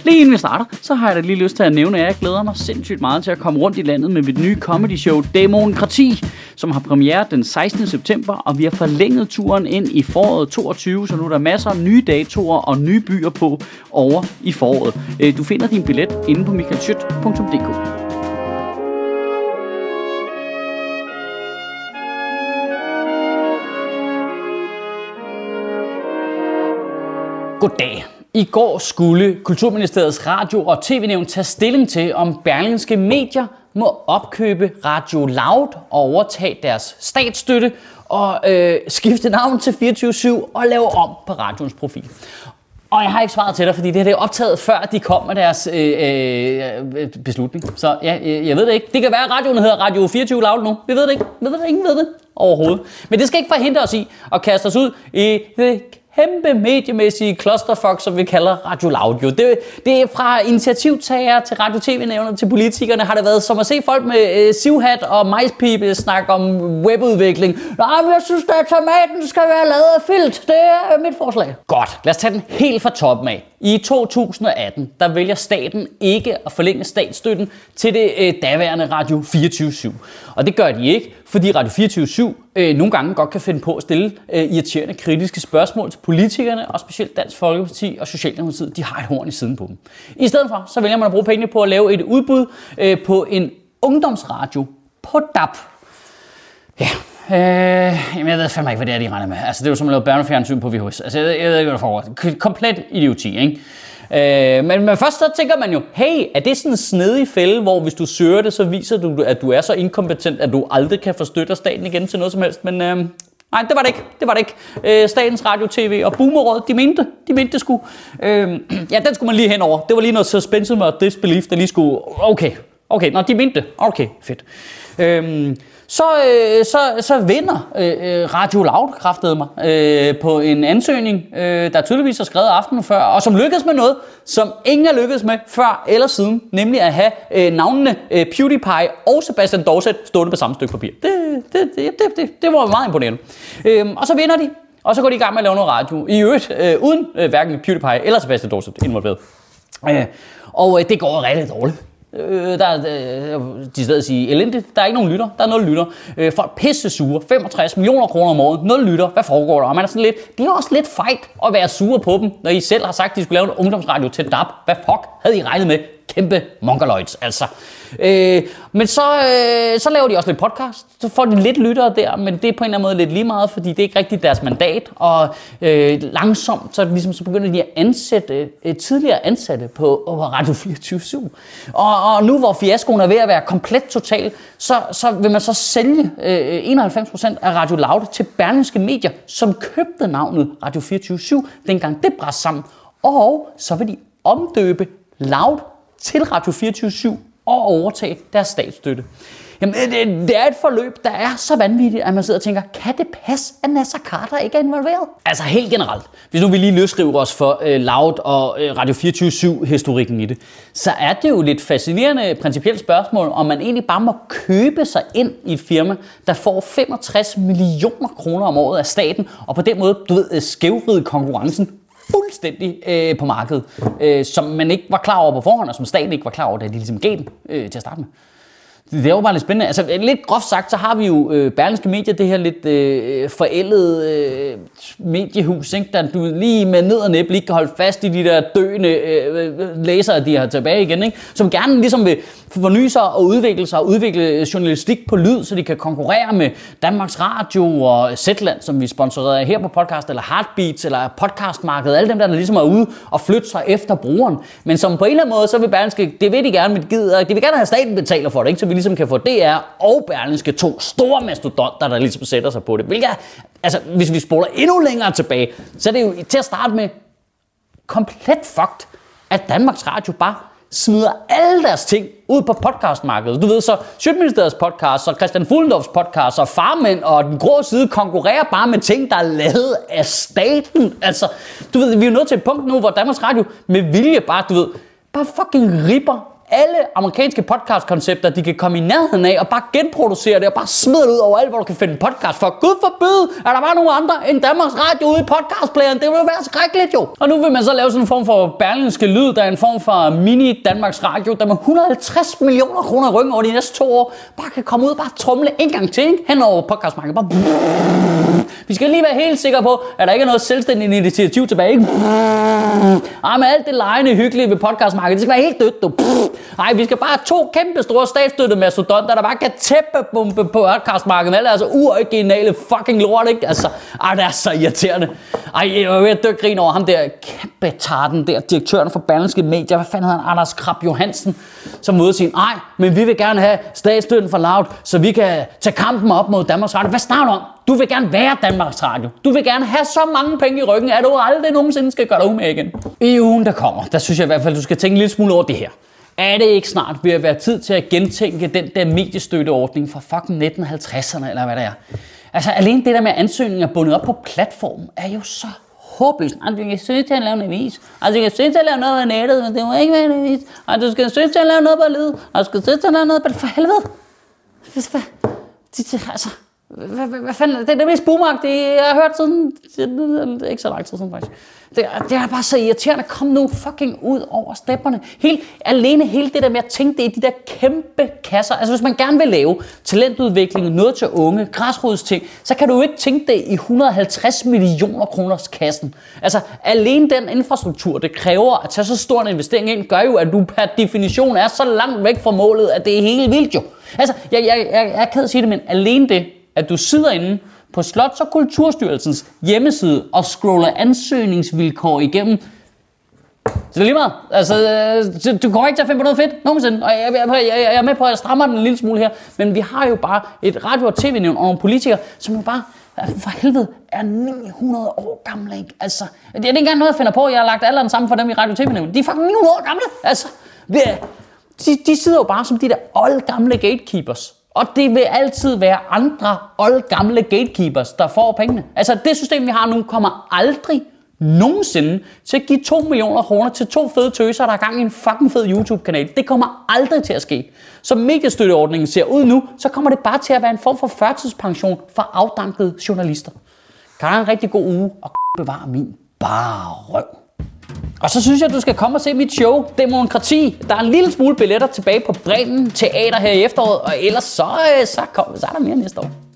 Lige inden vi starter, så har jeg da lige lyst til at nævne, at jeg glæder mig sindssygt meget til at komme rundt i landet med mit nye comedy show Dæmonkrati, som har premiere den 16. september, og vi har forlænget turen ind i foråret 22, så nu er der masser af nye datoer og nye byer på over i foråret. Du finder din billet inde på michaelschødt.dk. Goddag. I går skulle Kulturministeriets radio- og tv-nævn tage stilling til, om Berlingske Medier må opkøbe Radio Loud og overtage deres statsstøtte og skifte navn til 24/7 og lave om på radioens profil. Og jeg har ikke svaret til dig, fordi det her er optaget før de kom med deres beslutning. Så ja, jeg ved det ikke. Det kan være, at radioen hedder Radio 24 Loud nu. Vi ved det ikke. Ingen ved det overhovedet. Men det skal ikke forhindre os i at kaste os ud i det kæmpe mediemæssige clusterfuck, som vi kalder Radio Loud. Det er fra initiativtagere til radio-tv-nævnet til politikerne, har det været som at se folk med sivhat og majspibe snakke om webudvikling. Nej, men jeg synes, at tomaten skal være lavet af filt. Det er mit forslag. Godt, lad os tage den helt fra toppen af. I 2018, der vælger staten ikke at forlænge statsstøtten til det daværende Radio 24/7. Og det gør de ikke, fordi Radio 24/7 nogle gange godt kan finde på at stille irriterende kritiske spørgsmål til politikerne, og specielt Dansk Folkeparti og Socialdemokratiet, de har et horn i siden på dem. I stedet for, så vælger man at bruge pengene på at lave et udbud på en ungdomsradio på DAB. Ja, jeg ved fandme ikke, hvad det er, de regner med. Altså, det er jo som at lave børnefjernsyn på VHS. Altså, jeg ved ikke, hvad der foregår. Komplet idioti, ikke? Men først så tænker man jo, hey, er det sådan en snedig fælde, hvor hvis du søger det, så viser du, at du er så inkompetent, at du aldrig kan få støtte af staten igen til noget som helst. Men nej, det var det ikke. Statens Radio, TV og Boomerråd, de mente det sgu. Ja, den skulle man lige henover. Det var lige noget suspension og disbelief, der lige skulle, okay, nå, de mente det. Okay, fedt. Så vinder Radio Loud kraftede mig på en ansøgning, der tydeligvis er skrevet aftenen før, og som lykkedes med noget, som ingen er lykkedes med før eller siden, nemlig at have navnene PewDiePie og Sebastian Dorset stående på samme stykke papir. Det var meget imponerende. Og så vinder de, og så går de i gang med at lave noget radio. I øvrigt, uden hverken PewDiePie eller Sebastian Dorset involveret. Og det går rigtig dårligt. Der er de steder at sige elendigt. Der er ikke nogen lytter. Der er 0 lytter. Folk pisse sure. 65 millioner kroner om året. 0 lytter. Hvad foregår der? Og man er sådan lidt, det er også lidt fejt at være sure på dem, når I selv har sagt, at de skulle lave en ungdomsradio til DAB. Hvad fuck havde I regnet med? Kæmpe mongoloids, altså. Men så laver de også lidt podcast. Så får de lidt lyttere der, men det er på en eller anden måde lidt lige meget, fordi det er ikke rigtig deres mandat. Og langsomt, så begynder de at ansætte tidligere ansatte på Radio 24/7. Og nu hvor fiaskoen er ved at være komplet total, så vil man så sælge 91% af Radio Loud til Berlingske Medier, som købte navnet Radio 24/7, dengang det brast sammen. Og så vil de omdøbe Loud til Radio 24/7 og overtage deres statsstøtte. Jamen, det er et forløb, der er så vanvittigt, at man sidder og tænker, kan det passe, at Naser Khader ikke er involveret? Altså helt generelt, hvis nu vi lige løsriver os for Loud og Radio 24/7-historikken i det, så er det jo lidt fascinerende principielt spørgsmål, om man egentlig bare må købe sig ind i et firma, der får 65 millioner kroner om året af staten, og på den måde, skævvride konkurrencen fuldstændig på markedet, som man ikke var klar over på forhånd, og som staten ikke var klar over, da de ligesom gav den til at starte med. Det er jo bare lidt spændende. Altså lidt groft sagt, så har vi jo Berlingske Medier, det her lidt forældede mediehus, ikke? Der du lige med ned og næb lige kan holde fast i de der døende læsere, de har tilbage igen, ikke? Som gerne ligesom vil forny sig og udvikle sig og udvikle journalistik på lyd, så de kan konkurrere med Danmarks Radio og Zetland, som vi sponsorerer af her på podcast, eller Heartbeats, eller podcastmarkedet, alle dem der ligesom er ude og flytte sig efter brugeren. Men som på en eller anden måde, så vil Berlingske, det vil de gerne, men de vil gerne have staten betaler for det, ikke? Så vi ligesom kan få DR og Berlingske, to store mastodonter, der ligesom sætter sig på det. Hvilket, altså, hvis vi spoler endnu længere tilbage, så er det jo til at starte med komplet fucked, at Danmarks Radio bare smider alle deres ting ud på podcastmarkedet. Du ved, så Sjøtministeriets podcast, og Christian Fuglendorfs podcast, og Farmænd og Den Grå Side konkurrerer bare med ting, der er lavet af staten. Altså, du ved, vi er jo nået til et punkt nu, hvor Danmarks Radio med vilje bare, bare fucking ripper alle amerikanske podcastkoncepter, de kan komme i nærheden af, og bare genproducere det, og bare smide det ud over alt, hvor du kan finde en podcast. For Gud forbyde, at der var nogen andre end Danmarks Radio ude i podcastplayeren. Det ville være skrækkeligt jo. Og nu vil man så lave sådan en form for Berlingske Lyd, der er en form for mini Danmarks Radio, der med 150 millioner kroner i ryggen over de næste 2 år, bare kan komme ud og bare tromle en gang til, ikke? Hen over podcastmarkedet. Bare vi skal lige være helt sikre på, at der ikke er noget selvstændigt initiativ tilbage, ikke? Ej, med alt det lejende hyggelige ved podcastmarkedet, det skal være helt dødt, du. Ej, vi skal bare have 2 kæmpe store statsstøttede mastodonter, der bare kan tæppebombe på podcastmarkedet med alle altså uoriginale fucking lort, ikke? Altså, det er så irriterende. Jeg er ved at dø grin over ham der kæmpe tarten der, direktøren for Berlingske Medier, hvad fanden hedder han, Anders Krab Johansen, som ude og sige, men vi vil gerne have statsstøtten for Loud, så vi kan tage kampen op mod Danmarks Radio. Hvad snakker du om? Du vil gerne være Danmarks Radio. Du vil gerne have så mange penge i ryggen, at du aldrig nogensinde skal gøre dig umage igen. I ugen, der kommer, der synes jeg i hvert fald, du skal tænke en lille smule over det her. Er det ikke snart ved at være tid til at gentænke den der mediestøtteordning fra fucking 1950'erne, eller hvad det er? Altså, alene det der med ansøgninger bundet op på platformen, er jo så håbløst. Du kan søge til at lave en avis. Du kan søge til at lave noget på nettet, men det må ikke være en avis. Du skal søge til at lave noget på lyd. Du skal søge til at lave noget på... For helvede! Hvad fanden? Det er det mest boomagtige, jeg har hørt siden... Ikke så lang tid siden, faktisk. Det er bare så irriterende. Kom nu fucking ud over stepperne. Alene hele det der med at tænke det i de der kæmpe kasser. Altså hvis man gerne vil lave talentudvikling, noget til unge, græsrodsting, så kan du jo ikke tænke det i 150 millioner kroners kassen. Altså alene den infrastruktur, det kræver at tage så stor en investering ind, gør jo, at du per definition er så langt væk fra målet, at det er helt vildt jo. Altså, jeg er ked at sige det, men alene det, at du sidder inde på Slots- og Kulturstyrelsens hjemmeside og scroller ansøgningsvilkår igennem. Så det er lige meget. Altså, du kommer ikke til at finde på noget fedt nogensinde. Og jeg er med på, at jeg strammer den en lille smule her. Men vi har jo bare et radio- og tv-nævn og nogle politikere, som jo bare for helvede er 900 år gamle. Ikke? Altså, det er ikke engang noget, jeg finder på. Jeg har lagt alderen sammen for dem i radio- og tv-nævn. De er fucking 900 år gamle. Altså, de sidder jo bare som de der oldgamle gatekeepers. Og det vil altid være andre oldgamle gatekeepers, der får pengene. Altså det system, vi har nu, kommer aldrig nogensinde til at give 2 millioner kroner til 2 fede tøser, der er gang i en fucking fed YouTube-kanal. Det kommer aldrig til at ske. Som mediestøtteordningen ser ud nu, så kommer det bare til at være en form for førtidspension for afdankede journalister. Kan du have en rigtig god uge, og bevare min bare røv. Og så synes jeg, at du skal komme og se mit show, Demokrati. Der er en lille smule billetter tilbage på Bremen Teater her i efteråret, og ellers så er der mere næste år.